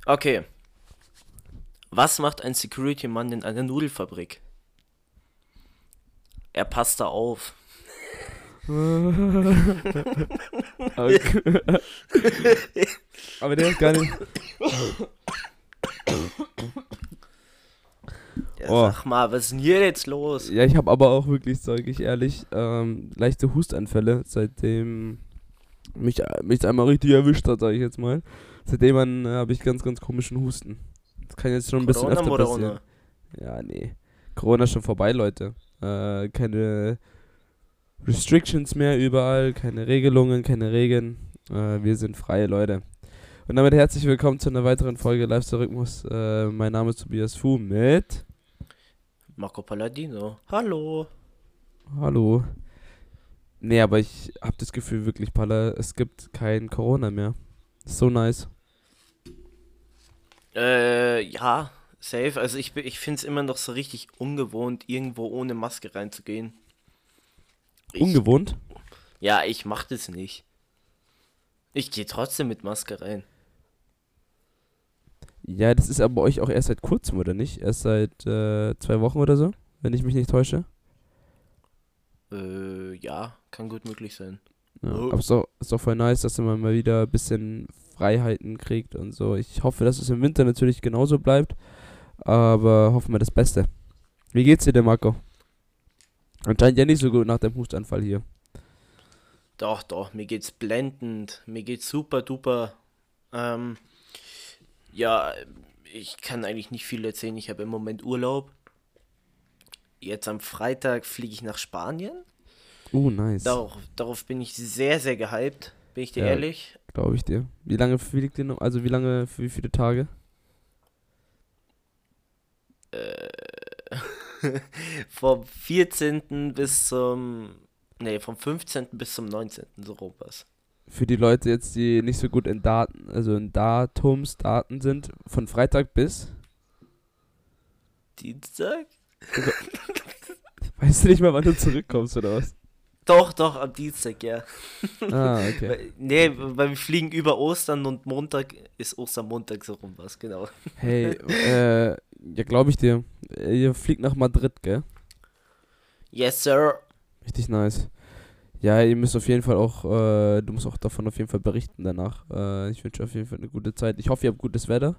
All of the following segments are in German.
Okay. Was macht ein Security-Mann in einer Nudelfabrik? Er passt da auf. Okay. Aber der ist gar nicht. Ja, Oh. sag mal, was ist denn hier jetzt los? Ja, ich habe aber auch wirklich, sage ich ehrlich, leichte Hustanfälle, seitdem mich einmal richtig erwischt hat, sage ich jetzt mal. Seitdem habe ich ganz, ganz komischen Husten. Das kann jetzt schon ein bisschen Corona, öfter passieren. Morona. Ja, nee. Corona ist schon vorbei, Leute. Keine Restrictions mehr überall, keine Regelungen, keine Regeln. Wir sind freie Leute. Und damit herzlich willkommen zu einer weiteren Folge Live-Rhythmus. Mein Name ist Tobias Fu mit... Marco Palladino. Hallo. Hallo. Nee, aber ich habe das Gefühl wirklich, Palla, es gibt kein Corona mehr. Ist so nice. Ja, safe. Also ich finde es immer noch so richtig ungewohnt, irgendwo ohne Maske reinzugehen. Ich, Ungewohnt? ja, ich mach das nicht. Ich gehe trotzdem mit Maske rein. Ja, das ist aber bei euch auch erst seit kurzem, oder nicht? Erst seit 2 Wochen oder so, wenn ich mich nicht täusche. Ja, kann gut möglich sein. Ja, Oh. aber ist doch voll nice, dass man mal wieder ein bisschen Freiheiten kriegt und so. Ich hoffe, dass es im Winter natürlich genauso bleibt, aber hoffen wir das Beste. Wie geht's dir denn, Marco? Anscheinend ja nicht so gut nach dem Hustanfall hier. Doch, doch, mir geht's blendend. Mir geht's super duper. Ähm, ja, ich kann eigentlich nicht viel erzählen. Ich habe im Moment Urlaub. Jetzt am Freitag fliege ich nach Spanien. Nice. Darauf bin ich sehr, sehr gehypt. Bin ich dir Ja, ehrlich? glaube ich dir. Wie lange fliegt ihr noch? Also wie lange, für wie viele Tage? Vom 14. bis zum. Nee, vom 15. bis zum 19. so rum was. Für die Leute jetzt, die nicht so gut in Daten, also in Daten sind, von Freitag bis, Dienstag? weißt du nicht mal, wann du zurückkommst oder was? Doch, doch, am Dienstag, ja. Ah, okay. Nee, weil wir fliegen über Ostern und Montag ist Ostermontag so rum was, genau. Hey, ja, glaube ich dir. Ihr fliegt nach Madrid, gell? Yes, sir. Richtig nice. Ja, ihr müsst auf jeden Fall auch, du musst auch davon auf jeden Fall berichten danach. Ich wünsche auf jeden Fall eine gute Zeit. Ich hoffe, ihr habt gutes Wetter.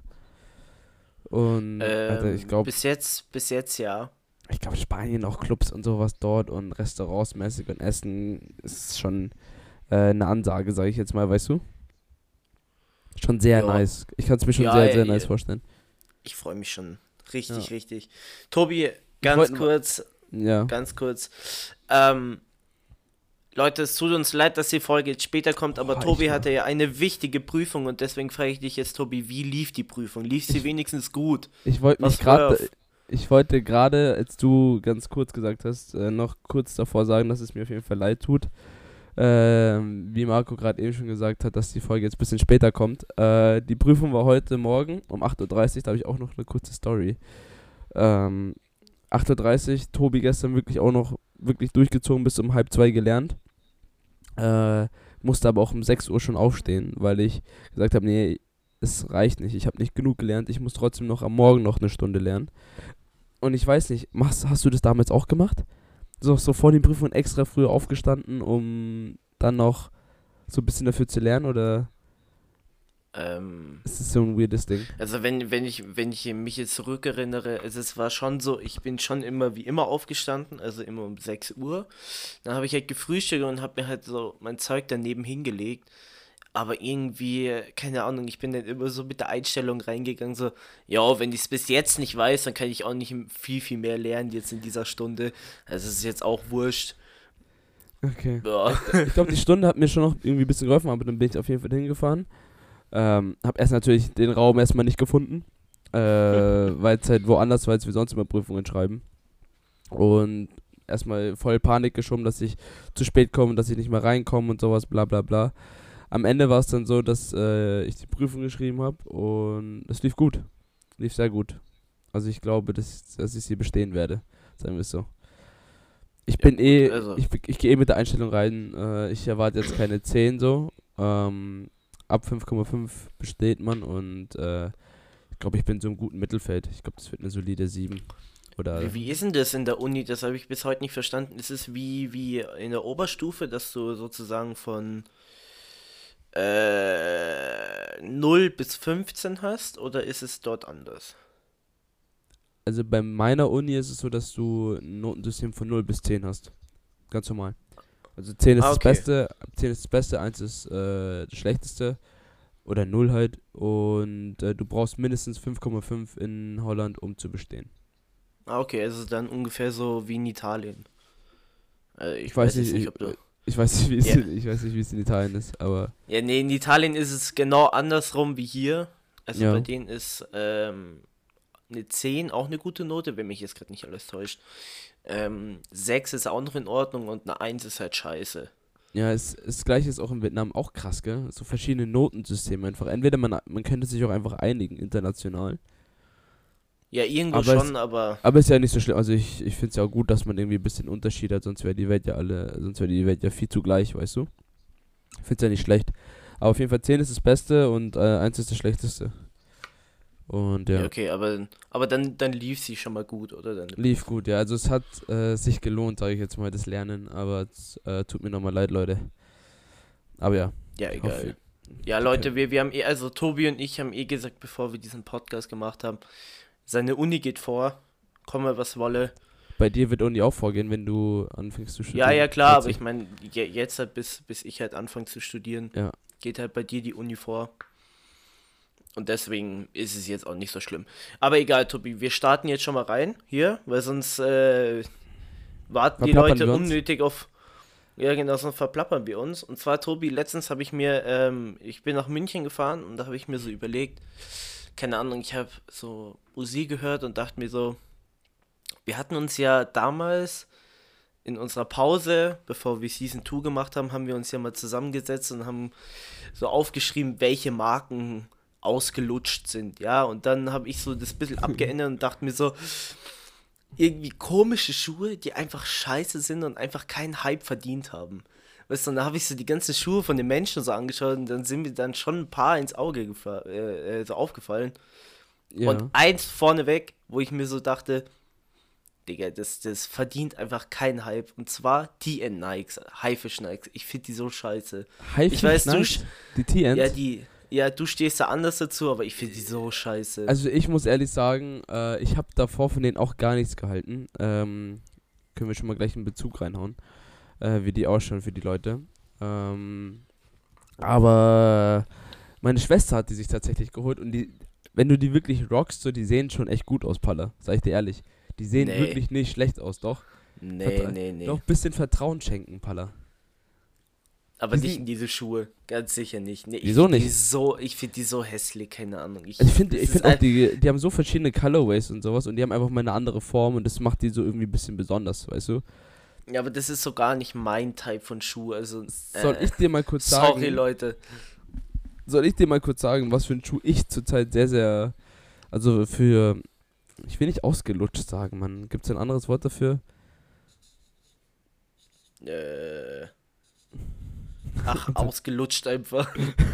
Und, Alter, Bis jetzt ja. ich glaube Spanien auch Clubs und sowas dort und Restaurants mäßig und Essen ist schon eine Ansage, sage ich jetzt mal, weißt du? Schon sehr Ja, nice. Ich kann es mir schon ja, sehr, sehr nice vorstellen. ich freue mich schon. Ja. Richtig, richtig. Tobi, Ich wollte mal. Ja. ganz kurz. Ähm, Leute, es tut uns leid, dass die Folge jetzt später kommt, aber Boah, Tobi echt mal. hatte ja eine wichtige Prüfung und deswegen frage ich dich jetzt, Tobi, wie lief die Prüfung? Lief sie Ich, wenigstens gut? ich wollte Was mich vorher gerade, ich wollte gerade, als du ganz kurz gesagt hast, noch kurz davor sagen, dass es mir auf jeden Fall leid tut. Wie Marco gerade eben schon gesagt hat, dass die Folge jetzt ein bisschen später kommt. Die Prüfung war heute Morgen um 8:30 Uhr, da habe ich auch noch eine kurze Story. 8:30 Uhr, Tobi gestern wirklich auch noch wirklich durchgezogen bis um halb zwei gelernt. Musste aber auch um 6 Uhr schon aufstehen, weil ich gesagt habe, nee, es reicht nicht, ich habe nicht genug gelernt, ich muss trotzdem noch am Morgen noch eine Stunde lernen. Und ich weiß nicht, hast du das damals auch gemacht? So vor den Prüfungen extra früh aufgestanden, um dann noch so ein bisschen dafür zu lernen, oder Ähm, ist das so ein weirdes Ding? also wenn ich mich jetzt zurückerinnere, also es war schon so, ich bin schon immer wie immer aufgestanden, also immer um 6 Uhr. Dann habe ich halt gefrühstückt und habe mir halt so mein Zeug daneben hingelegt. Aber irgendwie, keine Ahnung, ich bin dann immer so mit der Einstellung reingegangen, so, ja, wenn ich es bis jetzt nicht weiß, dann kann ich auch nicht viel, viel mehr lernen jetzt in dieser Stunde. Also es ist jetzt auch wurscht. Okay. Ja. Ich glaube, die Stunde hat mir schon noch irgendwie ein bisschen geholfen, aber dann bin ich auf jeden Fall hingefahren. Hab erst natürlich den Raum erstmal nicht gefunden, weil es halt woanders war, als wir sonst immer Prüfungen schreiben. Und erstmal voll Panik geschoben, dass ich zu spät komme, dass ich nicht mehr reinkomme und sowas, bla bla bla. Am Ende war es dann so, dass ich die Prüfung geschrieben habe und es lief gut. Lief sehr gut. Also ich glaube, dass ich sie bestehen werde, sagen wir es so. Ich Ja bin gut, eh, also. ich gehe mit der Einstellung rein, ich erwarte jetzt keine 10 so. Ab 5,5 besteht man und Ich glaube, ich bin so im guten Mittelfeld. Ich glaube, das wird eine solide 7. Oder Wie ist denn das in der Uni? Das habe ich bis heute nicht verstanden. Ist es wie in der Oberstufe, dass du sozusagen von 0 bis 15 hast? Oder ist es dort anders? also bei meiner Uni ist es so, dass du ein Notensystem von 0 bis 10 hast. Ganz normal. Also 10 ist Ah, das okay. Beste, 10 ist das Beste, 1 ist das Schlechteste. Oder 0 halt. Und du brauchst mindestens 5,5 in Holland, um zu bestehen. Ah, okay, also dann ungefähr so wie in Italien. Ich Ich weiß weiß nicht, jetzt nicht, ob du. ich weiß nicht, Ja. ich weiß nicht, wie es in Italien ist, aber Ja, nee, in Italien ist es genau andersrum wie hier. Also bei ja. denen ist eine 10 auch eine gute Note, wenn mich jetzt gerade nicht alles täuscht. 6 ist auch noch in Ordnung und eine 1 ist halt scheiße. Ja, das gleiche ist auch in Vietnam auch krass, gell? So verschiedene Notensysteme einfach. Entweder man könnte sich auch einfach einigen, international. Ja, irgendwo Aber schon, aber aber ist ja nicht so schlimm. Also ich finde es ja auch gut, dass man irgendwie ein bisschen Unterschied hat, sonst wäre die Welt ja viel zu gleich, weißt du? Ich finde es ja nicht schlecht. Aber auf jeden Fall 10 ist das Beste und 1 ist das Schlechteste. Und ja, ja, okay, aber dann lief sie schon mal gut, oder? Dann, lief gut, ja. Also es hat sich gelohnt, sage ich jetzt mal, das Lernen. Aber es tut mir nochmal leid, Leute. Aber ja, ja, ich hoffe, egal. Ja, die können. Leute, wir haben also Tobi und ich haben gesagt, bevor wir diesen Podcast gemacht haben, seine Uni geht vor, komme was wolle. Bei dir wird Uni auch vorgehen, wenn du anfängst zu Ja, ja, studieren. klar, aber ich meine, jetzt halt bis ich halt anfange zu studieren, Ja. geht halt bei dir die Uni vor. Und deswegen ist es jetzt auch nicht so schlimm. Aber egal, Tobi, wir starten jetzt schon mal rein hier, weil sonst warten die Verplappern Leute wir uns. unnötig auf. Ja, genau, sonst verplappern wir uns. Und zwar, Tobi, letztens habe ich mir, ich bin nach München gefahren und da habe ich mir so überlegt, keine Ahnung, ich habe so Musik gehört und dachte mir so, wir hatten uns ja damals in unserer Pause, bevor wir Season 2 gemacht haben, haben wir uns ja mal zusammengesetzt und haben so aufgeschrieben, welche Marken ausgelutscht sind, ja, und dann habe ich so das bisschen abgeändert und dachte mir so, irgendwie komische Schuhe, die einfach scheiße sind und einfach keinen Hype verdient haben. Weißt du, und da habe ich so die ganzen Schuhe von den Menschen so angeschaut und dann sind mir dann schon ein paar ins Auge so aufgefallen. Und Ja. eins vorneweg, wo ich mir so dachte, Digga, das verdient einfach keinen Hype. Und zwar TN Nikes, Haifisch Nikes. Ich finde die so scheiße. Ich Haifisch weiß, Nikes? Die ja, TNs? du stehst da anders dazu, aber ich finde die so scheiße. Also ich muss ehrlich sagen, ich habe davor von denen auch gar nichts gehalten. Können wir schon mal gleich einen Bezug reinhauen, wie die ausschauen für die Leute. Aber meine Schwester hat die sich tatsächlich geholt und wenn du die wirklich rockst, so, die sehen schon echt gut aus, Palla. Sag ich dir ehrlich. Die sehen Nee, wirklich nicht schlecht aus, doch. nee. Doch, bisschen Vertrauen schenken, Palla. Aber Die nicht sind, in diese Schuhe. Ganz sicher nicht. Nee, wieso nicht? ich finde die so hässlich, keine Ahnung. Also ich finde Das ist auch, ein, die haben so verschiedene Colorways und sowas und die haben einfach mal eine andere Form und das macht die so irgendwie ein bisschen besonders, weißt du? ja, aber das ist so gar nicht mein Type von Schuh. Also, Soll ich dir mal kurz sorry, sagen, Leute. was für einen Schuh ich zurzeit sehr, sehr, also für, ich will nicht ausgelutscht sagen, Mann. Gibt es ein anderes Wort dafür? Äh, ach, ausgelutscht einfach.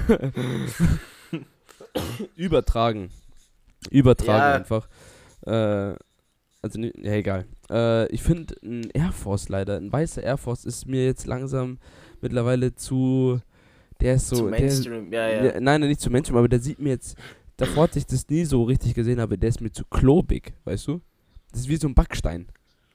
Übertragen Ja, einfach. Also, ja, egal. Ich finde ein Air Force leider, ein weißer Air Force ist mir jetzt langsam mittlerweile der ist zu so, Mainstream. Ja. nein, nicht zu Menschen, aber der sieht mir jetzt, davor hatte ich das nie so richtig gesehen, aber der ist mir zu klobig, weißt du? Das ist wie so ein Backstein.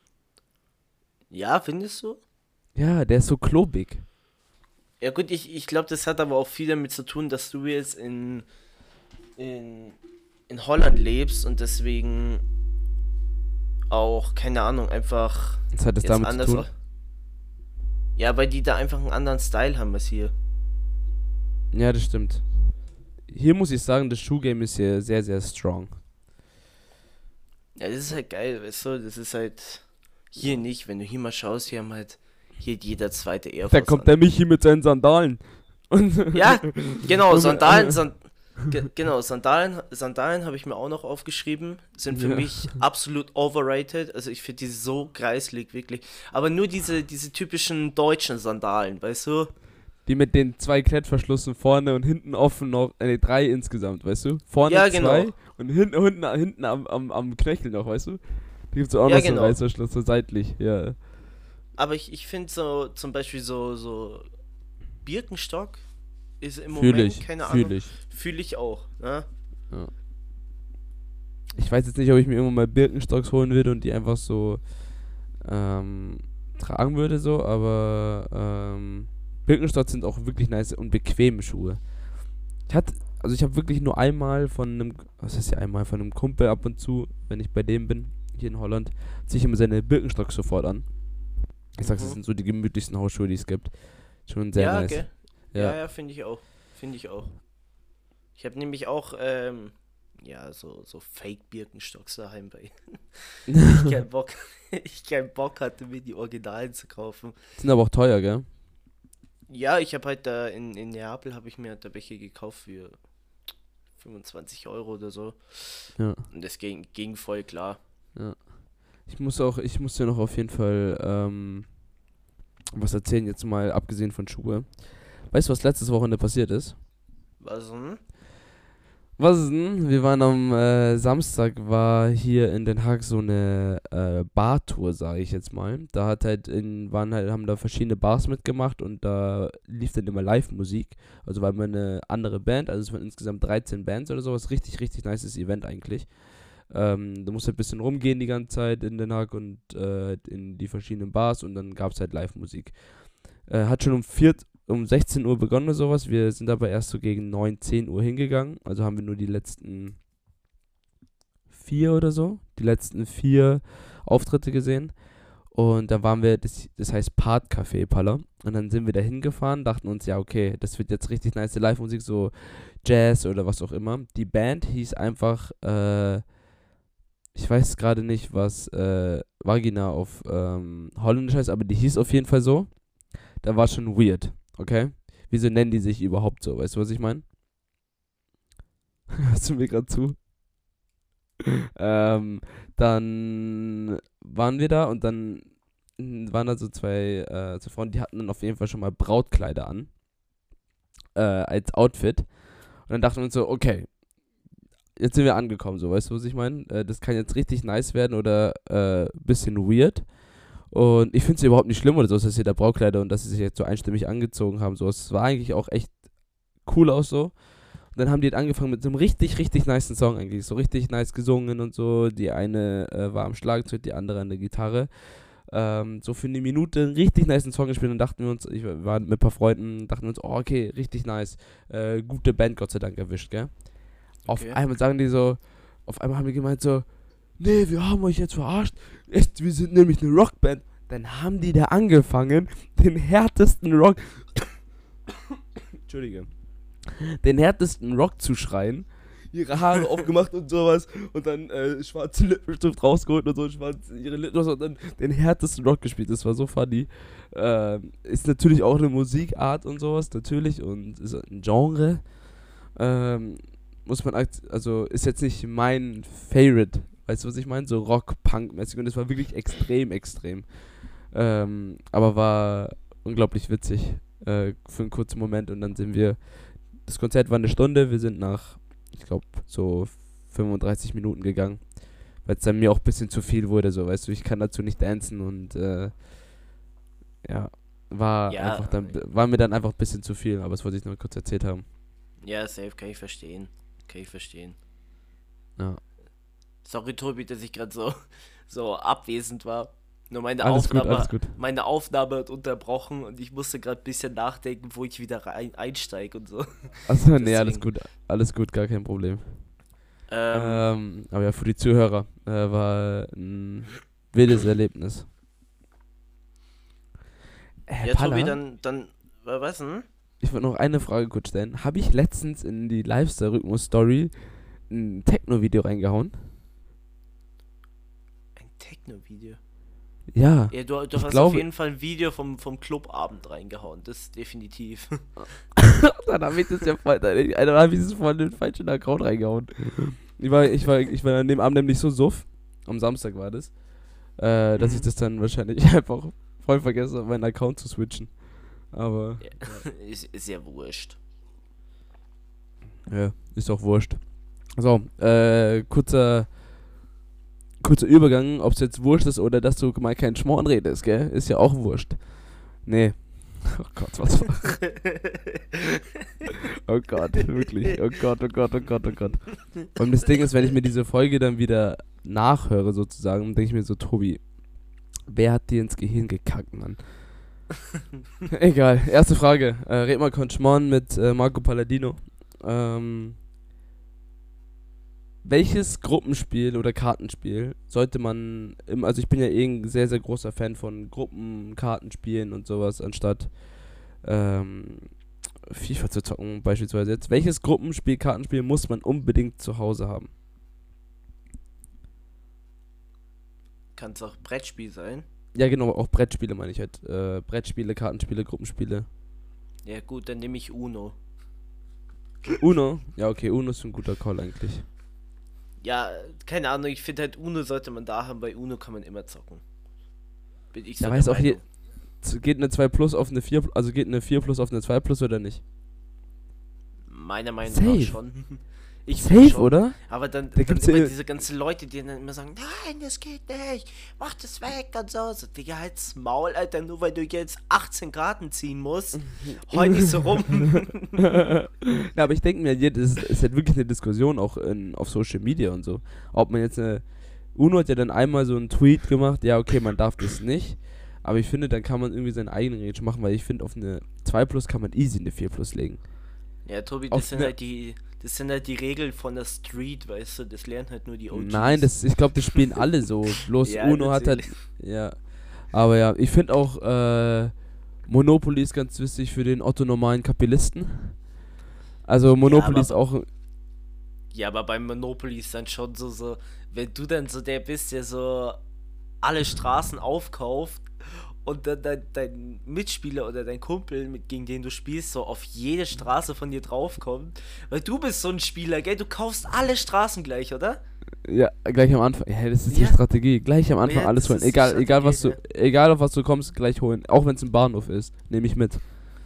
Ja, findest du? Ja, der ist so klobig. Ja gut, ich glaube, das hat aber auch viel damit zu tun, dass du jetzt in Holland lebst und deswegen auch, keine Ahnung, einfach Was hat das jetzt damit zu anders. tun? Ja, weil die da einfach einen anderen Style haben als hier. Ja, das stimmt. Hier muss ich sagen, das Schuhgame ist hier sehr, sehr strong. Ja, das ist halt geil, weißt du, das ist halt hier nicht, wenn du hier mal schaust, hier haben halt hier jeder zweite Air Da Force kommt an. der Michi mit seinen Sandalen. Und Ja, genau, Junge, genau, Sandalen habe ich mir auch noch aufgeschrieben, sind für ja. mich absolut overrated, also ich finde die so greislig, wirklich. Aber nur diese typischen deutschen Sandalen, weißt du? Die mit den 2 Klettverschlüssen vorne und hinten offen noch, 3 insgesamt, weißt du? Vorne Ja, 2 genau. Und hinten am Knöchel noch, weißt du? Da gibt es auch Ja, noch so einen genau. Reißverschluss, so seitlich, ja. Aber ich finde so, zum Beispiel so Birkenstock ist im Fühle Moment, ich, keine Ahnung, fühle ich. fühle ich auch. Ne? Ja. Ich weiß jetzt nicht, ob ich mir irgendwann mal Birkenstocks holen würde und die einfach so ähm, tragen würde, so, aber Birkenstocks sind auch wirklich nice und bequeme Schuhe. Ich habe wirklich nur einmal von einem, was heißt ja einmal, von einem Kumpel ab und zu, wenn ich bei dem bin, hier in Holland, ziehe ich immer seine Birkenstocks sofort an. Ich sag's, das Mhm. sind so die gemütlichsten Hausschuhe, die es gibt. Schon sehr Ja, nice. gell? Ja, Ja. ja, finde ich auch. Finde ich auch. Ich habe nämlich auch, ja, so Fake-Birkenstocks daheim bei. Ich keinen Bock, ich keinen Bock hatte, mir die Originalen zu kaufen. Sind aber auch teuer, gell? Ja, ich habe halt da in Neapel habe ich mir da welche gekauft für 25 € oder so. Ja, Und das ging voll klar. ja. Ich muss dir noch auf jeden Fall was erzählen, jetzt mal abgesehen von Schuhe. Weißt du, was letztes Wochenende passiert ist? Was denn? Was ist denn? Wir waren am Samstag, war hier in Den Haag so eine Bartour, sage ich jetzt mal. Da haben da verschiedene Bars mitgemacht und da lief dann immer Live-Musik. Also war immer eine andere Band, also es waren insgesamt 13 Bands oder sowas. Richtig, richtig nices Event eigentlich. Da musst du halt ein bisschen rumgehen die ganze Zeit in Den Haag und in die verschiedenen Bars und dann gab es halt Live-Musik. Hat schon um 16 Uhr begonnen oder sowas. Wir sind aber erst so gegen 9, 10 Uhr hingegangen. Also haben wir nur die letzten 4 oder so, die letzten 4 Auftritte gesehen. Und dann waren wir, das heißt Part Café Palla. Und dann sind wir da hingefahren, dachten uns, ja, okay, das wird jetzt richtig nice Live-Musik, so Jazz oder was auch immer. Die Band hieß einfach, ich weiß gerade nicht, was Vagina auf Holländisch heißt, aber die hieß auf jeden Fall so. Da war schon weird, okay? Wieso nennen die sich überhaupt so? Weißt du, was ich meine? Hörst du mir gerade zu? Dann waren wir da und dann waren da so zwei Frauen, die hatten dann auf jeden Fall schon mal Brautkleider an. Als Outfit. Und dann dachten wir uns so, okay, jetzt sind wir angekommen, so, weißt du, was ich meine? Das kann jetzt richtig nice werden oder bisschen weird. Und ich finde es überhaupt nicht schlimm oder so, dass sie da Brautkleider und dass sie sich jetzt so einstimmig angezogen haben. So, es war eigentlich auch echt cool aus so. Und dann haben die halt angefangen mit so einem richtig, richtig nicen Song eigentlich. So richtig nice gesungen und so. Die eine war am Schlagzeug, die andere an der Gitarre. So für eine Minute einen richtig nicen Song gespielt und dachten wir uns, wir waren mit ein paar Freunden, dachten wir uns, oh okay, richtig nice. Gute Band, Gott sei Dank erwischt, gell? Okay. Auf einmal haben die gemeint so, nee, wir haben euch jetzt verarscht. Echt, wir sind nämlich eine Rockband. Dann haben die da angefangen, den härtesten Rock. Entschuldige. Den härtesten Rock zu schreien. Ihre Haare aufgemacht und sowas. Und dann schwarze Lippenstift rausgeholt und so. Ihre Lippen und dann den härtesten Rock gespielt. Das war so funny. Ist natürlich auch eine Musikart und sowas, natürlich. Und ist ein Genre. Also ist jetzt nicht mein Favorite. Weißt du, was ich meine? So Rock-Punk-mäßig. Und das war wirklich extrem, extrem. Aber war unglaublich witzig. Für einen kurzen Moment. Und dann das Konzert war eine Stunde. Wir sind nach, ich glaube, so 35 Minuten gegangen. Weil es dann mir auch ein bisschen zu viel wurde. So, weißt du, ich kann dazu nicht dancen. Und ja, Ja, war mir dann einfach ein bisschen zu viel. Aber das wollte ich nur kurz erzählt haben. ja, safe, kann ich verstehen. Kann ich verstehen. Ja. Sorry, Tobi, dass ich gerade so abwesend war. Nur Alles gut. meine Aufnahme hat unterbrochen und ich musste gerade ein bisschen nachdenken, wo ich wieder einsteige und so. Achso, nee, Deswegen. alles gut, gar kein Problem. Ähm, Aber ja, für die Zuhörer war ein wildes Erlebnis. ja, Tobi, Palla, was denn? ich wollte noch eine Frage kurz stellen. Habe ich letztens in die Lifestyle-Rhythmus-Story ein Techno-Video reingehauen? Ein Techno-Video. Ja, Ja, du ich hast auf glaube, jeden Fall ein Video vom Clubabend reingehauen, das definitiv. dann habe ich das ja voll, dann habe ich das voll in den falschen Account reingehauen. Ich war an dem Abend nämlich so suff, am Samstag war das, dass ich das dann wahrscheinlich einfach voll vergessen habe, meinen Account zu switchen. Aber, Ja, ist ja wurscht. ja, ist auch wurscht. So, kurzer Übergang, ob es jetzt wurscht ist oder dass du mal keinen Schmarrn redest, gell? Ist ja auch wurscht. Nee. Oh Gott, was war. Oh Gott, wirklich. Oh Gott, oh Gott, oh Gott, oh Gott. Und das Ding ist, wenn ich mir diese Folge dann wieder nachhöre, sozusagen, denke ich mir so, Tobi, wer hat dir ins Gehirn gekackt, Mann? Egal, erste Frage. Red mal Schmarrn mit Marco Palladino. Welches Gruppenspiel oder Kartenspiel sollte man, also ich bin ja ein sehr, sehr großer Fan von Gruppenkartenspielen und sowas, anstatt FIFA zu zocken beispielsweise jetzt. Welches Gruppenspiel, Kartenspiel muss man unbedingt zu Hause haben? Kann es auch Brettspiel sein? Ja genau, auch Brettspiele meine ich halt. Brettspiele, Kartenspiele, Gruppenspiele. Ja gut, dann nehme ich Uno. Uno? Ja okay, Uno ist ein guter Call eigentlich. Ja, keine Ahnung, ich finde halt Uno sollte man da haben, bei Uno kann man immer zocken. Bin ich so Da der weiß auch Meinung. geht eine 2 Plus auf eine 4, also geht eine 4 Plus auf eine 2 Plus oder nicht? Meiner Meinung Safe. nach schon. Ich Safe, find schon. oder? Aber dann Da gibt's immer ja- diese ganzen Leute, die dann immer sagen, nein, das geht nicht, mach das weg und so. So, Digga, halt's Maul, Alter, nur weil du jetzt 18 Karten ziehen musst. Heul nicht so rum. Ja, aber ich denke mir, das ist halt wirklich eine Diskussion auch auf Social Media und so. Ob man jetzt Uno hat ja dann einmal so einen Tweet gemacht, ja okay, man darf das nicht. Aber ich finde, dann kann man irgendwie seinen eigenen Regeln machen, weil ich finde, auf eine 2 Plus kann man easy eine 4 Plus legen. Ja, Tobi, Auf das sind halt die Regeln von der Street, weißt du, das lernen halt nur die OGs. Nein, ich glaube, das spielen alle so. Bloß Ja, Uno hat halt. Ja. Aber ja, ich finde auch Monopoly ist ganz wichtig für den Otto-normalen Kapitалisten. Also Monopoly aber- ist auch. Ja, aber beim Monopoly ist dann schon so, wenn du dann so der bist, der so alle Straßen aufkauft und dann dein Mitspieler oder dein Kumpel, gegen den du spielst, so auf jede Straße von dir draufkommt. Weil du bist so ein Spieler, gell? Du kaufst alle Straßen gleich, oder? Ja, gleich am Anfang. Ja, das ist die Ja. Strategie. Gleich am Anfang Ja, alles das holen. ist die Egal was du, Strategie, egal auf was du kommst, gleich holen. Auch wenn es ein Bahnhof ist. Nehme ich mit.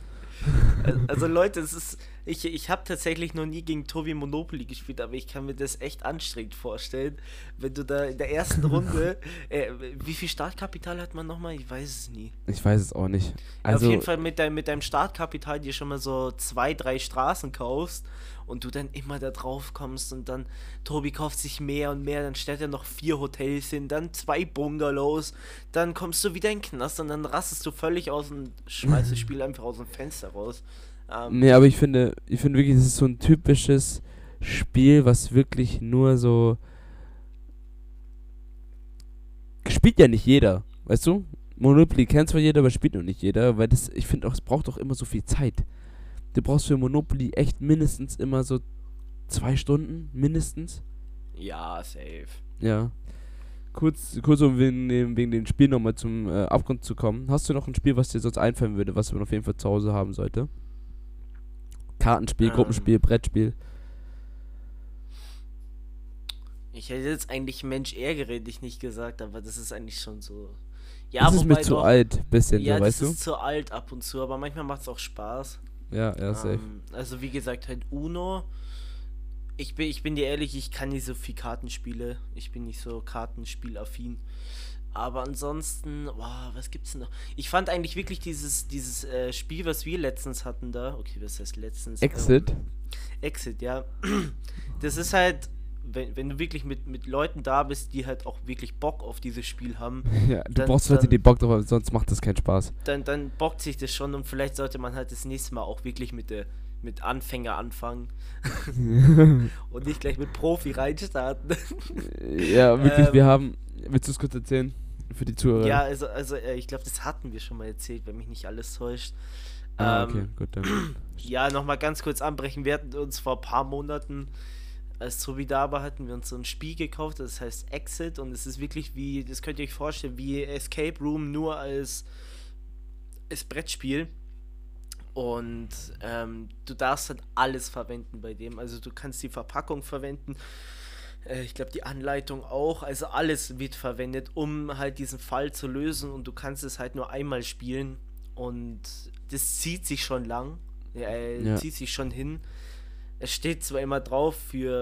Also Leute, ich habe tatsächlich noch nie gegen Tobi Monopoly gespielt, aber ich kann mir das echt anstrengend vorstellen, wenn du da in der ersten Runde, wie viel Startkapital hat man nochmal? Ich weiß es nie. Ich weiß es auch nicht. Ja, Also, auf jeden Fall mit deinem Startkapital dir schon mal so 2, 3 Straßen kaufst und du dann immer da drauf kommst und dann Tobi kauft sich mehr und mehr, dann stellt er noch 4 Hotels hin, dann 2 Bungalows, dann kommst du wieder in den Knast und dann rastest du völlig aus und schmeißt das Spiel einfach aus dem Fenster raus. nee, aber ich finde wirklich, das ist so ein typisches Spiel, was wirklich nur so. Spielt ja nicht jeder, weißt du? Monopoly kennt zwar jeder, aber spielt noch nicht jeder, weil ich finde auch, es braucht doch immer so viel Zeit. Du brauchst für Monopoly echt mindestens immer so 2 Stunden, mindestens. Ja, safe. Ja. Kurz um wegen dem Spiel nochmal zum Abgrund zu kommen. Hast du noch ein Spiel, was dir sonst einfallen würde, was man auf jeden Fall zu Hause haben sollte? Kartenspiel, Gruppenspiel, Brettspiel. Ich hätte jetzt eigentlich Mensch ärgere dich nicht gesagt, aber das ist eigentlich schon so. Ja, Das ist mir wobei zu doch. alt, bisschen Ja, so, das weißt ist zu alt ab und zu, aber manchmal macht es auch Spaß. du? Ja, safe. Also wie gesagt, halt Uno. Ich bin dir ehrlich, ich kann nicht so viel Kartenspiele. Ich bin nicht so kartenspielaffin. Aber ansonsten, was gibt's denn noch? Ich fand eigentlich wirklich dieses Spiel, was wir letztens hatten da. Okay, was heißt letztens? Exit. Exit, ja. Das ist halt, wenn du wirklich mit Leuten da bist, die halt auch wirklich Bock auf dieses Spiel haben, Ja, du dann- brauchst Leute, dann- die Bock drauf haben, sonst macht das keinen Spaß. dann bockt sich das schon und vielleicht sollte man halt das nächste Mal auch wirklich mit Anfänger anfangen und nicht gleich mit Profi reinstarten. Ja, wirklich, Ähm, willst du es kurz erzählen? Für die Zuhörer? Ja, also ich glaube, das hatten wir schon mal erzählt, wenn mich nicht alles täuscht. Okay, gut, dann. Ja, nochmal ganz kurz anbrechen. Wir hatten uns vor ein paar Monaten, als Tobi da war, hatten wir uns so ein Spiel gekauft, das heißt Exit und es ist wirklich wie, das könnt ihr euch vorstellen, wie Escape Room, nur als Brettspiel. Und du darfst halt alles verwenden bei dem. Also du kannst die Verpackung verwenden, ich glaube die Anleitung auch. Also alles wird verwendet, um halt diesen Fall zu lösen. Und du kannst es halt nur einmal spielen. Und das zieht sich schon lang. Ja. Zieht sich schon hin. Es steht zwar immer drauf für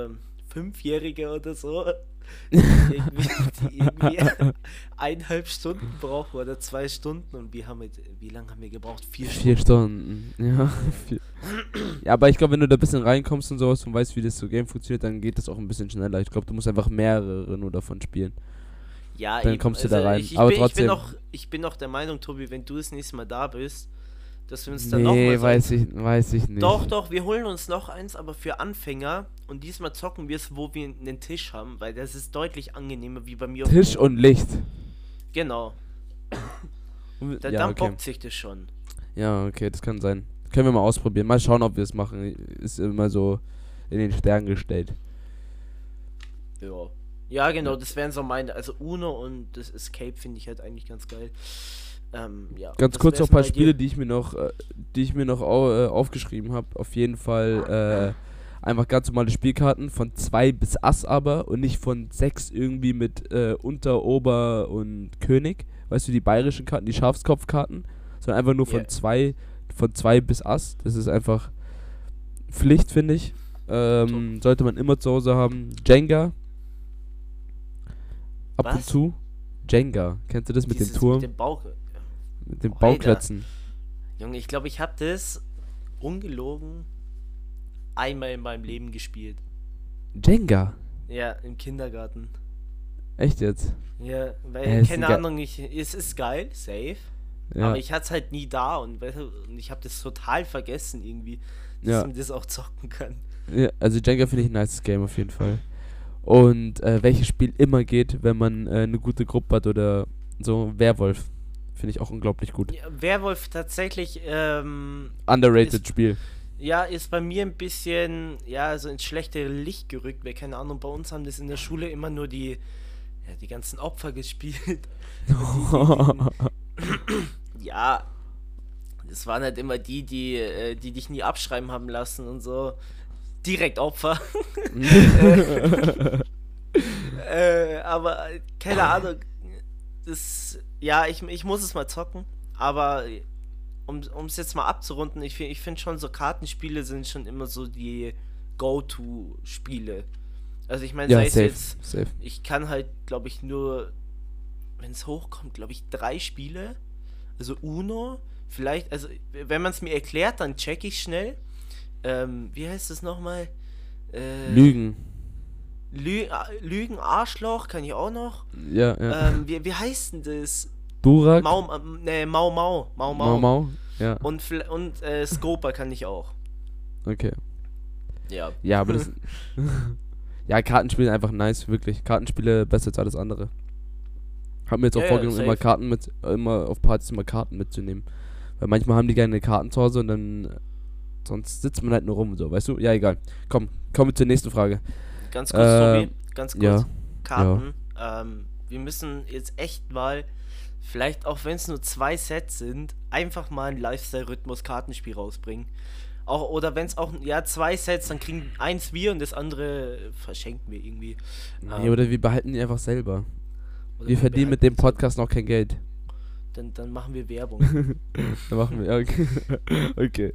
Fünfjährige oder so, die irgendwie 1,5 Stunden brauchen oder 2 Stunden und wie lange haben wir gebraucht? 4 4 Stunden. Stunden. Ja. Ja, aber ich glaube, wenn du da ein bisschen reinkommst und sowas und weißt, wie das so Game funktioniert, dann geht das auch ein bisschen schneller. Ich glaube, du musst einfach mehrere nur davon spielen. Ja, Dann eben. kommst du Also da rein. Aber trotzdem. ich bin auch der Meinung, Tobi, wenn du das nächste Mal da bist, dass wir uns dann nochmal Nee, so weiß ich nicht. Doch, wir holen uns noch eins, aber für Anfänger. Und diesmal zocken wir es, wo wir einen Tisch haben, weil das ist deutlich angenehmer wie bei mir auf dem Tisch und Licht. Genau. Ja, Dann okay. bockt sich das schon. Ja, okay, das kann sein. Können wir mal ausprobieren. Mal schauen, ob wir es machen. Ist immer so in den Stern gestellt. Ja. Ja, genau, das wären so meine. Also Uno und das Escape finde ich halt eigentlich ganz geil. Ja. Ganz Was kurz noch wär's ein paar bei Spiele, dir? die ich mir noch aufgeschrieben habe. Auf jeden Fall einfach ganz normale Spielkarten von 2 bis Ass aber und nicht von 6 irgendwie mit Unter, Ober und König. Weißt du, die bayerischen Karten, die Schafskopfkarten, sondern einfach nur Ja. von 2 bis Ass. Das ist einfach Pflicht, finde ich. Sollte man immer zu Hause haben. Jenga. Ab und Was? zu. Jenga. Kennst du das mit dem Dieses Turm? Mit dem Bauch. Mit den Oh, Bauklötzen. Junge, ich glaube, ich habe das ungelogen einmal in meinem Leben gespielt. Jenga? Ja, im Kindergarten. Echt jetzt? Ja, weil, Ist keine ein Ahnung, es ist geil, safe. Ja. Aber ich hatte es halt nie da und, weißt du, und ich habe das total vergessen irgendwie, dass Ja. man das auch zocken kann. Ja, also Jenga finde ich ein nice Game auf jeden Fall. Und welches Spiel immer geht, wenn man eine gute Gruppe hat oder so, Werwolf. Finde ich auch unglaublich gut. Ja, Werwolf tatsächlich, Underrated ist- Spiel. ja, ist bei mir ein bisschen, ja, so ins schlechtere Licht gerückt, weil, keine Ahnung, bei uns haben das in der Schule immer nur die ganzen Opfer gespielt. Ja, das waren halt immer die dich nie abschreiben haben lassen und so. Direkt Opfer. Aber keine Ahnung. Ja, ich muss es mal zocken. Aber um es jetzt mal abzurunden, ich finde schon, so Kartenspiele sind schon immer so die Go-To-Spiele. Also ich meine, Ja, sei es safe, jetzt, safe. ich kann halt, glaube ich, nur, wenn es hochkommt, glaube ich, 3 Spiele. Also Uno, vielleicht, also wenn man es mir erklärt, dann check ich schnell. Wie heißt es nochmal? Lügen. Lügen, Arschloch, kann ich auch noch. Ja, ja. Wie heißt denn das? Durak. Mau Mau. Mau. Ja, Und Scoper kann ich auch. okay. Ja. Ja, aber das... Ja, Kartenspiele einfach nice, wirklich. Kartenspiele besser als alles andere. Hab mir jetzt auch Ja, ja, vorgenommen, safe. immer auf Partys immer Karten mitzunehmen. Weil manchmal haben die gerne Karten zu Hause und dann... Sonst sitzt man halt nur rum, so, weißt du? Ja, egal. Kommen wir zur nächsten Frage. Ganz kurz, Tobi, ganz kurz. Ja. Karten. Wir müssen jetzt echt mal, vielleicht auch wenn es nur 2 Sets sind, einfach mal ein Lifestyle-Rhythmus-Kartenspiel rausbringen. Auch, oder wenn es auch, ja, 2 Sets, dann kriegen eins wir und das andere verschenken wir irgendwie. Nee, oder wir behalten die einfach selber. Oder Wir verdienen mit dem behalten Podcast noch kein Geld. Dann machen wir Werbung. Dann machen wir, okay. Okay.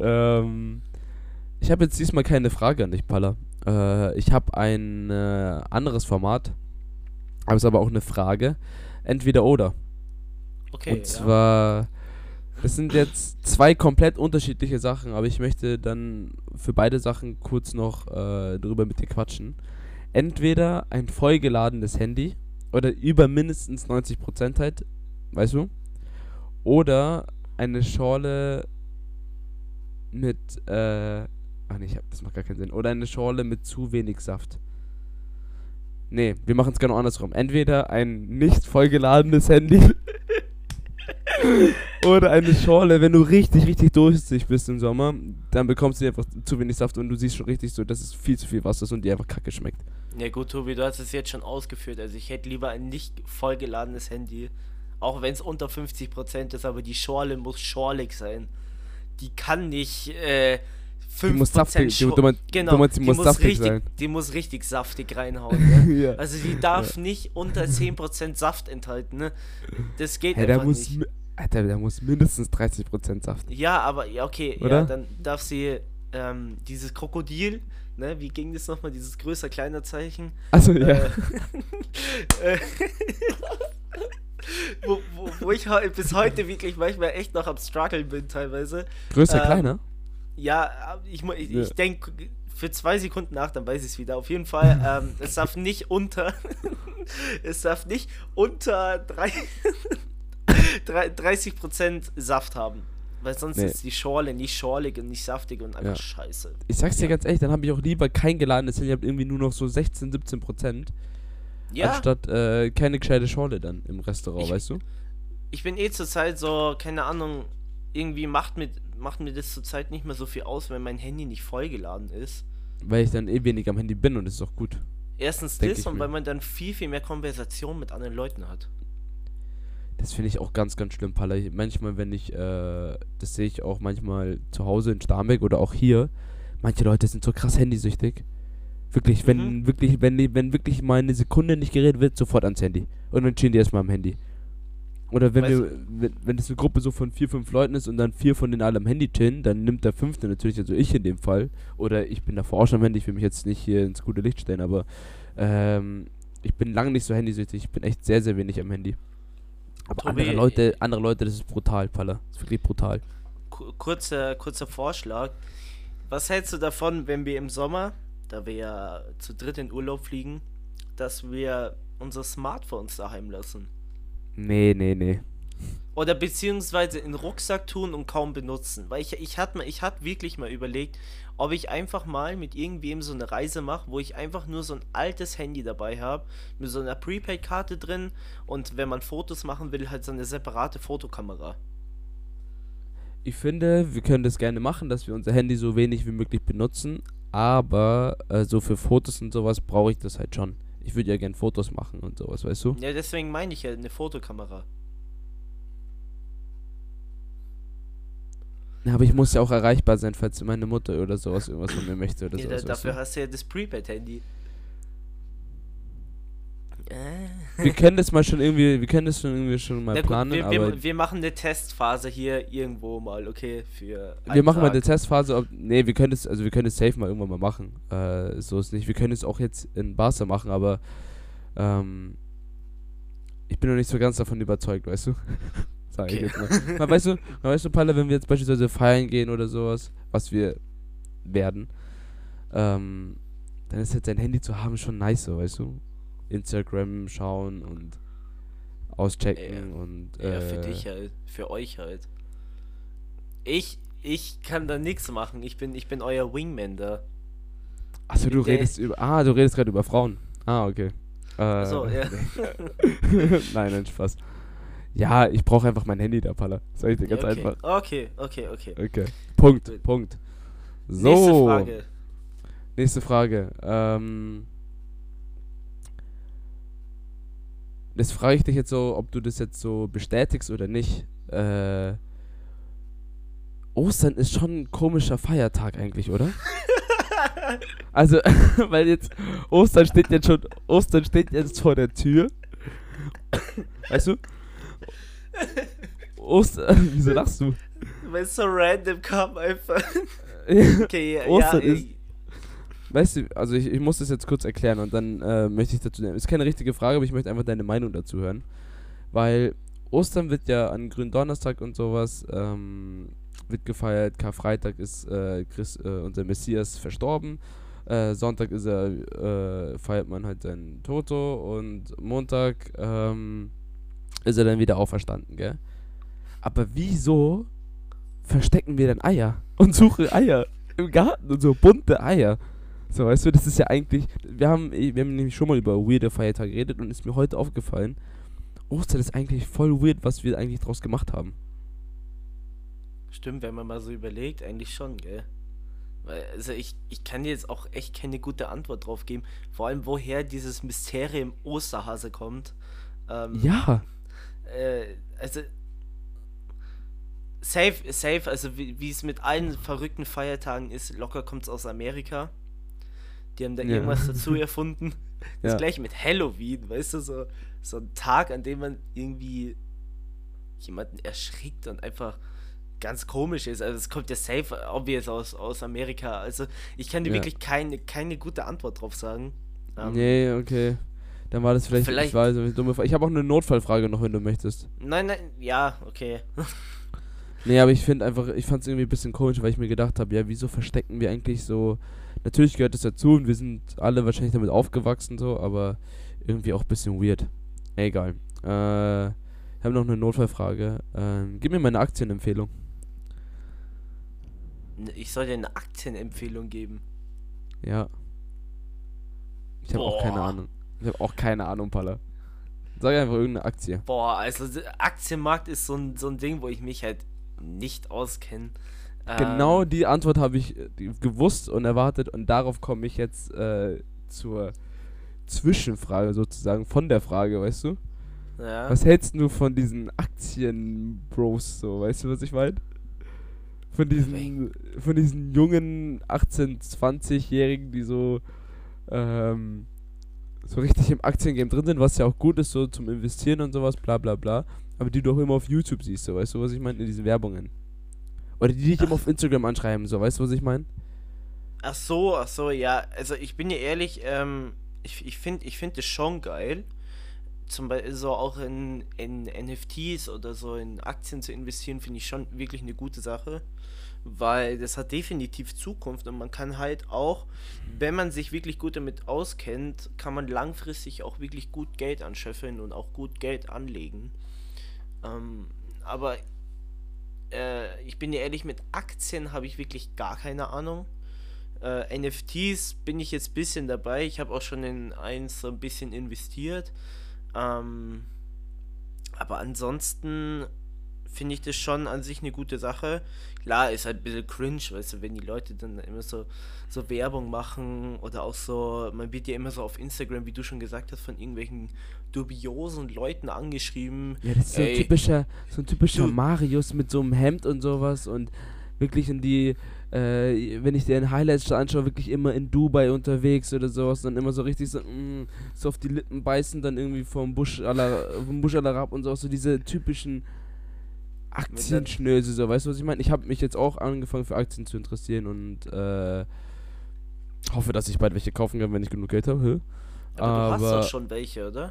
Ich habe jetzt diesmal keine Frage an dich, Palla. Ich habe ein anderes Format. Aber es ist aber auch eine Frage. Entweder oder. Okay, Und zwar, das sind jetzt 2 komplett unterschiedliche Sachen, aber ich möchte dann für beide Sachen kurz noch drüber mit dir quatschen. Entweder ein vollgeladenes Handy oder über mindestens 90% halt, weißt du? Oder eine Schorle mit, ach nee, das macht gar keinen Sinn. Oder eine Schorle mit zu wenig Saft. Nee, wir machen es genau andersrum. Entweder ein nicht vollgeladenes Handy oder eine Schorle, wenn du richtig, richtig durstig bist im Sommer, dann bekommst du einfach zu wenig Saft und du siehst schon richtig so, dass es viel zu viel Wasser ist und dir einfach kacke schmeckt. Ja gut, Tobi, du hast es jetzt schon ausgeführt. Also ich hätte lieber ein nicht vollgeladenes Handy. Auch wenn es unter 50% ist, aber die Schorle muss schorlig sein. Die kann nicht 5% Die muss saftig, Genau, du meinst, die muss saftig richtig, sein. die muss richtig saftig reinhauen. Ne? Ja. Also die darf nicht unter 10% Saft enthalten. Ne? Das geht Hey, einfach nicht. Alter, da muss mindestens 30% Saft. Ja, aber ja, okay, ja, Oder? dann darf sie dieses Krokodil ne, wie ging das nochmal, dieses größer, kleiner Zeichen? Also ja. Äh, wo ich bis heute wirklich manchmal echt noch am Struggeln bin teilweise. Größer, kleiner? Ja, ich Ja. denke für 2 Sekunden nach, dann weiß ich es wieder. Auf jeden Fall, es darf nicht unter es darf nicht unter 30% Saft haben. Weil sonst Nee. ist die Schorle nicht schorlig und nicht saftig und einfach Ja. scheiße. Ich sag's dir Ja. ganz ehrlich, dann habe ich auch lieber kein geladenes Handy, hab irgendwie nur noch so 16-17%, Ja, anstatt keine gescheite Schorle dann im Restaurant, Ich- weißt du? ich bin eh zurzeit so, keine Ahnung, irgendwie macht mir das zurzeit nicht mehr so viel aus, wenn mein Handy nicht vollgeladen ist. Weil ich dann eh wenig am Handy bin und das ist auch gut. Erstens Denk das ich und mir. weil man dann viel, viel mehr Konversation mit anderen Leuten hat. Das finde ich auch ganz, ganz schlimm, Palla. Manchmal, wenn ich, das sehe ich auch manchmal zu Hause in Starnberg oder auch hier, manche Leute sind so krass handysüchtig. Wirklich, wenn wirklich mal eine Sekunde nicht geredet wird, sofort ans Handy. Und dann chillen die erstmal am Handy. Oder wenn Weißt wenn das eine Gruppe so von 4, 5 Leuten ist und dann 4 von denen alle am Handy chillen, dann nimmt der 5. natürlich, also ich in dem Fall, oder ich bin davor auch schon am Handy, ich will mich jetzt nicht hier ins gute Licht stellen, aber ich bin lange nicht so handysüchtig, ich bin echt sehr, sehr wenig am Handy. Aber Tobi, andere Leute, das ist brutal, Palla. Das ist wirklich brutal. kurzer Vorschlag. Was hältst du davon, wenn wir im Sommer, da wir ja zu dritt in Urlaub fliegen, dass wir unsere Smartphones daheim lassen? Nee. Oder beziehungsweise in den Rucksack tun und kaum benutzen. Weil ich hatte wirklich mal überlegt, ob ich einfach mal mit irgendwem so eine Reise mache, wo ich einfach nur so ein altes Handy dabei habe, mit so einer Prepaid-Karte drin und wenn man Fotos machen will, halt so eine separate Fotokamera. Ich finde, wir können das gerne machen, dass wir unser Handy so wenig wie möglich benutzen, aber so für Fotos und sowas brauche ich das halt schon. Ich würde ja gern Fotos machen und sowas, weißt du? Ja, deswegen meine ich ja eine Fotokamera. Ja, aber ich muss ja auch erreichbar sein, falls meine Mutter oder sowas irgendwas von mir möchte oder Ja, sowas, weißt dafür du? hast du ja das Prepaid-Handy. Wir können das schon irgendwie schon mal Na gut, planen, aber wir machen eine Testphase hier irgendwo mal, okay, für wir machen mal einen eine Tag. Testphase. Nee, wir können es safe mal irgendwann mal machen. So ist nicht. Wir können es auch jetzt in Barca machen, aber ich bin noch nicht so ganz davon überzeugt, weißt du? Sag ich Okay. jetzt mal. Weißt du, Palle, wenn wir jetzt beispielsweise feiern gehen oder sowas, was wir werden, dann ist halt dein Handy zu haben schon nice, so, weißt du? Instagram schauen und auschecken und Ja, für dich halt, für euch halt. Ich kann da nichts machen. Ich bin euer Wingman da. Achso, du Der- redest gerade über Frauen. Ah, okay. Achso, ja. Nein, Spaß. Ja, ich brauche einfach mein Handy da, Palla. Sag ich dir ganz Ja, okay. einfach. Okay. Okay. Gut. Punkt. So. Nächste Frage. Nächste Frage. Das frage ich dich jetzt so, ob du das jetzt so bestätigst oder nicht. Ostern ist schon ein komischer Feiertag eigentlich, oder? Also, weil jetzt Ostern steht jetzt vor der Tür. Weißt du? Wieso lachst du? Weil es so random kam einfach. Okay, ja, Ostern ja, ist- Weißt du, also ich muss das jetzt kurz erklären und dann möchte ich dazu. Ist keine richtige Frage, aber ich möchte einfach deine Meinung dazu hören. Weil Ostern wird ja an Gründonnerstag und sowas wird gefeiert. Karfreitag ist unser Messias verstorben. Sonntag feiert man halt seinen Toto und Montag ist er dann wieder auferstanden, gell? Aber wieso verstecken wir dann Eier und suchen Eier im Garten und so bunte Eier? So, weißt du, das ist ja eigentlich. Wir haben nämlich schon mal über weirde Feiertage geredet und ist mir heute aufgefallen, Ostern ist eigentlich voll weird, was wir eigentlich draus gemacht haben. Stimmt, wenn man mal so überlegt, eigentlich schon, gell? Weil, also ich kann dir jetzt auch echt keine gute Antwort drauf geben. Vor allem, woher dieses Mysterium Osterhase kommt. Ja, Also safe, also wie es mit allen verrückten Feiertagen ist, locker kommt es aus Amerika. Die haben da Ja. irgendwas dazu erfunden. Das Ja. gleiche mit Halloween, weißt du, so ein Tag, an dem man irgendwie jemanden erschrickt und einfach ganz komisch ist. Also es kommt ja safe obvious aus Amerika. Also ich kann dir Ja. wirklich keine gute Antwort drauf sagen. Nee, okay. Dann war das vielleicht, ich Vielleicht, weiß, eine dumme Frage. Ich habe auch eine Notfallfrage noch, wenn du möchtest. nein, ja, okay. Nee, aber ich finde einfach, ich fand es irgendwie ein bisschen komisch, weil ich mir gedacht habe, ja, wieso verstecken wir eigentlich so. Natürlich gehört das dazu und wir sind alle wahrscheinlich damit aufgewachsen, so, aber irgendwie auch ein bisschen weird. Egal. Ich habe noch eine Notfallfrage. Gib mir mal eine Aktienempfehlung. Ich soll dir eine Aktienempfehlung geben. Ja. Ich habe auch keine Boah. Ahnung. Ich habe auch keine Ahnung, Palla. Sag einfach irgendeine Aktie. Boah, also der Aktienmarkt ist so ein Ding, wo ich mich halt nicht auskenne. Genau die Antwort habe ich gewusst und erwartet und darauf komme ich jetzt zur Zwischenfrage sozusagen von der Frage, weißt du? Ja. Was hältst du von diesen Aktien-Bros so, weißt du, was ich meine? Von diesen jungen 18-, 20-Jährigen, die so richtig im Aktiengame drin sind, was ja auch gut ist, so zum Investieren und sowas, bla bla bla. Aber die du auch immer auf YouTube siehst, so, weißt du, was ich meine? In diesen Werbungen. Oder die dich immer Ach, auf Instagram anschreiben, so, weißt du, was ich meine? ach so, ja. Also ich bin ja ehrlich, ich find das schon geil. Zum Beispiel so auch in NFTs oder so in Aktien zu investieren, finde ich schon wirklich eine gute Sache. Weil das hat definitiv Zukunft und man kann halt auch, wenn man sich wirklich gut damit auskennt, kann man langfristig auch wirklich gut Geld anscheffeln und auch gut Geld anlegen. Aber ich bin dir ehrlich, mit Aktien habe ich wirklich gar keine Ahnung. NFTs bin ich jetzt ein bisschen dabei. Ich habe auch schon in eins so ein bisschen investiert. Ähm, aber ansonsten finde ich das schon an sich eine gute Sache. Klar, ist halt ein bisschen cringe, weißt du, wenn die Leute dann immer so Werbung machen oder auch so, man wird ja immer so auf Instagram, wie du schon gesagt hast, von irgendwelchen dubiosen Leuten angeschrieben. Ja, das ist Ey, so ein typischer du, Marius mit so einem Hemd und sowas und wirklich wenn ich dir in Highlights anschaue, wirklich immer in Dubai unterwegs oder sowas, dann immer so richtig so auf die Lippen beißen, dann irgendwie vom Busch al Arab und sowas, so diese typischen mit der, Aktienschnöse, so, weißt du, was ich meine? Ich habe mich jetzt auch angefangen für Aktien zu interessieren und hoffe, dass ich bald welche kaufen kann, wenn ich genug Geld habe. aber du hast doch Aber schon welche, oder?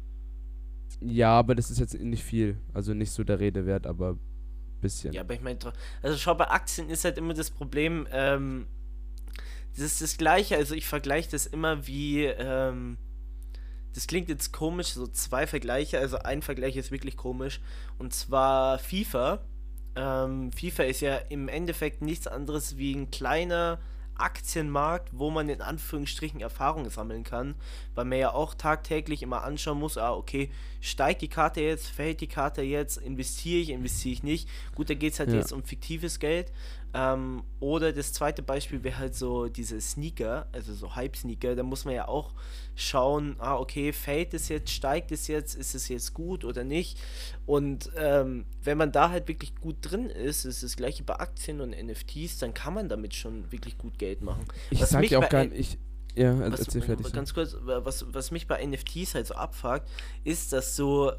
ja, aber das ist jetzt nicht viel. Also nicht so der Rede wert, aber bisschen. Ja, aber ich meine, also schau, bei Aktien ist halt immer das Problem, das ist das Gleiche, also ich vergleiche das immer wie, das klingt jetzt komisch, so zwei Vergleiche, also ein Vergleich ist wirklich komisch, und zwar FIFA. FIFA ist ja im Endeffekt nichts anderes wie ein kleiner Aktienmarkt, wo man in Anführungsstrichen Erfahrung sammeln kann, weil man ja auch tagtäglich immer anschauen muss, okay, steigt die Karte jetzt, fällt die Karte jetzt, investiere ich nicht. Gut, da geht es halt Ja. jetzt um fiktives Geld. Oder das zweite Beispiel wäre halt so diese Sneaker, also so Hype-Sneaker, da muss man ja auch schauen, okay, fällt es jetzt, steigt es jetzt, ist es jetzt gut oder nicht? Und wenn man da halt wirklich gut drin ist das gleiche bei Aktien und NFTs, dann kann man damit schon wirklich gut Geld machen. Ich Was sag mich ja auch bei gar N- nicht. Ja, was, erzähl fertig. Ja. ganz kurz, was mich bei NFTs halt so abfuckt, ist, dass so,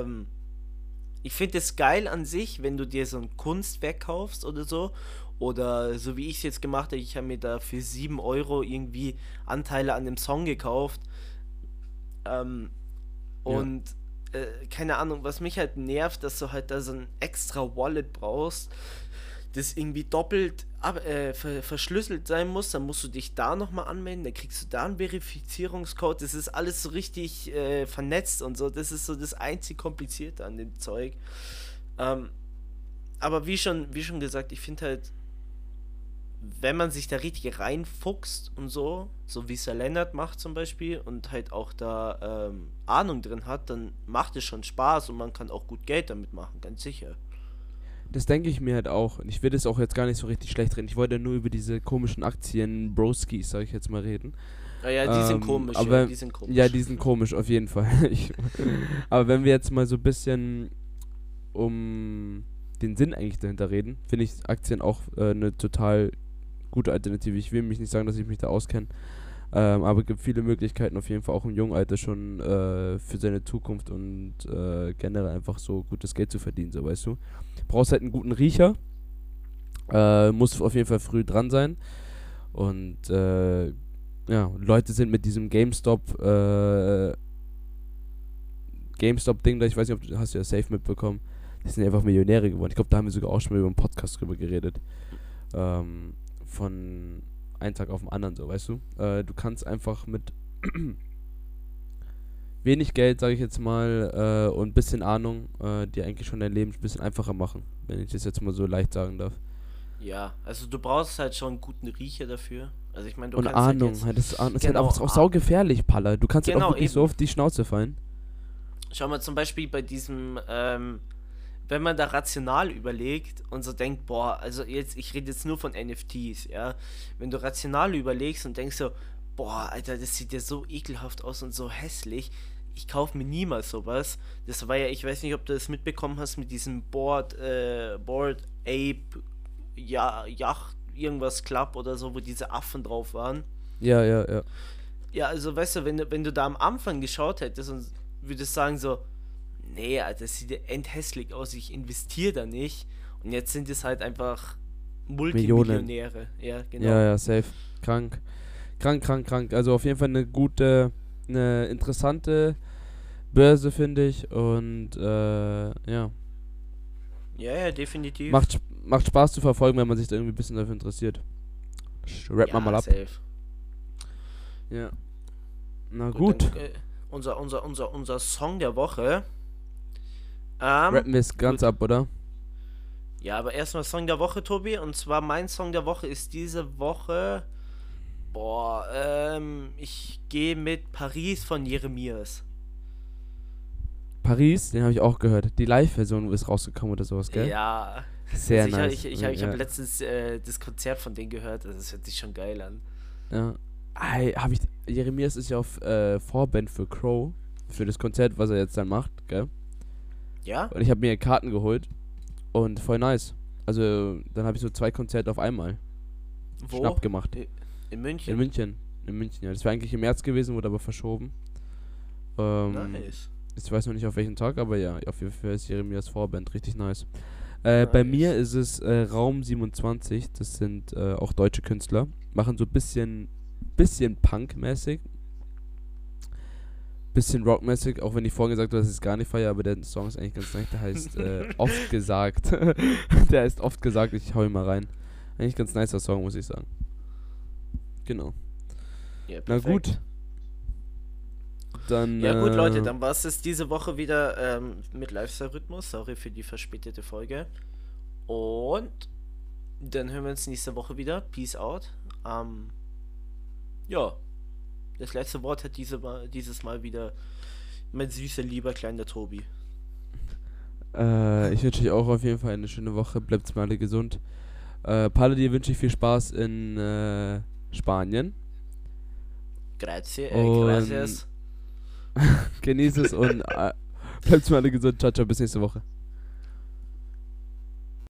ich finde es geil an sich, wenn du dir so ein Kunstwerk kaufst oder so. Oder so wie ich es jetzt gemacht habe, ich habe mir da für 7 Euro irgendwie Anteile an dem Song gekauft. Ähm, Ja. und keine Ahnung, was mich halt nervt, dass du halt da so ein extra Wallet brauchst, das irgendwie doppelt verschlüsselt sein muss, dann musst du dich da nochmal anmelden, dann kriegst du da einen Verifizierungscode, das ist alles so richtig vernetzt und so, das ist so das einzig Komplizierte an dem Zeug. Ähm, aber wie schon gesagt, ich finde halt, wenn man sich da richtig reinfuchst und so wie es der Lennart macht zum Beispiel und halt auch da Ahnung drin hat, dann macht es schon Spaß und man kann auch gut Geld damit machen, ganz sicher. Das denke ich mir halt auch. Und ich will das auch jetzt gar nicht so richtig schlecht reden. Ich wollte nur über diese komischen Aktien-Broskis, sag ich jetzt mal, reden. Naja, die sind komisch, ja, Aber die sind ja, komisch. die sind komisch, auf jeden Fall. Aber wenn wir jetzt mal so ein bisschen um den Sinn eigentlich dahinter reden, finde ich Aktien auch eine total gute Alternative. Ich will mich nicht sagen, dass ich mich da auskenne, aber es gibt viele Möglichkeiten, auf jeden Fall auch im jungen Alter schon für seine Zukunft und generell einfach so gutes Geld zu verdienen, so weißt du. Brauchst halt einen guten Riecher, Muss auf jeden Fall früh dran sein. Und ja, Leute sind mit diesem GameStop-Ding, ich weiß nicht, hast du ja safe mitbekommen, die sind einfach Millionäre geworden. Ich glaube, da haben wir sogar auch schon mal über einen Podcast drüber geredet. Von einem Tag auf den anderen, so, weißt du? Du kannst einfach mit wenig Geld, sage ich jetzt mal, und ein bisschen Ahnung, dir eigentlich schon dein Leben ein bisschen einfacher machen, wenn ich das jetzt mal so leicht sagen darf. Ja, also du brauchst halt schon einen guten Riecher dafür. Also ich meine, du Und kannst halt Ahnung, jetzt, das ist halt genau, auch saugefährlich, Palle. Du kannst halt auch genau, wirklich so eben. auf die Schnauze fallen. Schau mal zum Beispiel bei diesem, wenn man da rational überlegt und so denkt, boah, also jetzt, ich rede jetzt nur von NFTs, ja. Wenn du rational überlegst und denkst so, boah, Alter, das sieht ja so ekelhaft aus und so hässlich, ich kaufe mir niemals sowas. Das war ja, ich weiß nicht, ob du das mitbekommen hast mit diesem Board Ape, ja, Yacht, irgendwas Club oder so, wo diese Affen drauf waren. Ja, ja, ja. Ja, also weißt du, wenn du da am Anfang geschaut hättest und würdest sagen so, nee, Alter, das sieht ja endhässlich aus, ich investiere da nicht. Und jetzt sind es halt einfach Millionen. Multimillionäre. Ja, genau. Ja, ja, safe. Krank. Krank, krank, krank. Also auf jeden Fall eine interessante Börse, finde ich. Und ja. Ja, ja, definitiv. Macht Spaß zu verfolgen, wenn man sich da irgendwie ein bisschen dafür interessiert. Rap Ja, mal ab. safe. Ja. Na gut. Dann, unser Song der Woche. Rappen wir es ganz gut. ab, oder? Ja, aber erstmal Song der Woche, Tobi. Und zwar mein Song der Woche ist diese Woche. Boah, ich gehe mit Paris von Jeremias. Paris, den habe ich auch gehört. Die Live-Version ist rausgekommen oder sowas, gell? Ja. Sehr Also nice. ich Ja. habe letztens das Konzert von denen gehört, also das hört sich schon geil an. Ja. Jeremias ist ja auf Vorband für Crow, für das Konzert, was er jetzt dann macht, gell? Ja? Und ich habe mir Karten geholt und voll nice. Also, dann habe ich so 2 Konzerte auf einmal Wo? schnapp gemacht. In München? In München. In München, ja. Das wäre eigentlich im März gewesen, wurde aber verschoben. Nice. Ich weiß noch nicht auf welchen Tag, aber ja, auf jeden Fall ist Jeremias Vorband richtig nice. Nice. Bei mir ist es Raum 27, das sind auch deutsche Künstler. Machen so bisschen Punk-mäßig. Bisschen Rock-mäßig, auch wenn ich vorhin gesagt habe, dass ich es gar nicht feiere, aber der Song ist eigentlich ganz nice. Der heißt Oft gesagt. Der heißt Oft gesagt, ich hau ihn mal rein. Eigentlich ganz nicer Song, muss ich sagen. Genau. Ja, Na perfekt. gut. Dann. Ja gut, Leute, dann war es diese Woche wieder mit Lifestyle-Rhythmus. Sorry für die verspätete Folge. Und dann hören wir uns nächste Woche wieder. Peace out. Ja. Das letzte Wort hat dieses Mal wieder mein süßer, lieber kleiner Tobi. Ich wünsche euch auch auf jeden Fall eine schöne Woche. Bleibt mal alle gesund. Palle, dir wünsche ich viel Spaß in Spanien. Gracias. Genieß es und bleibt mal alle gesund. Ciao, ciao, bis nächste Woche.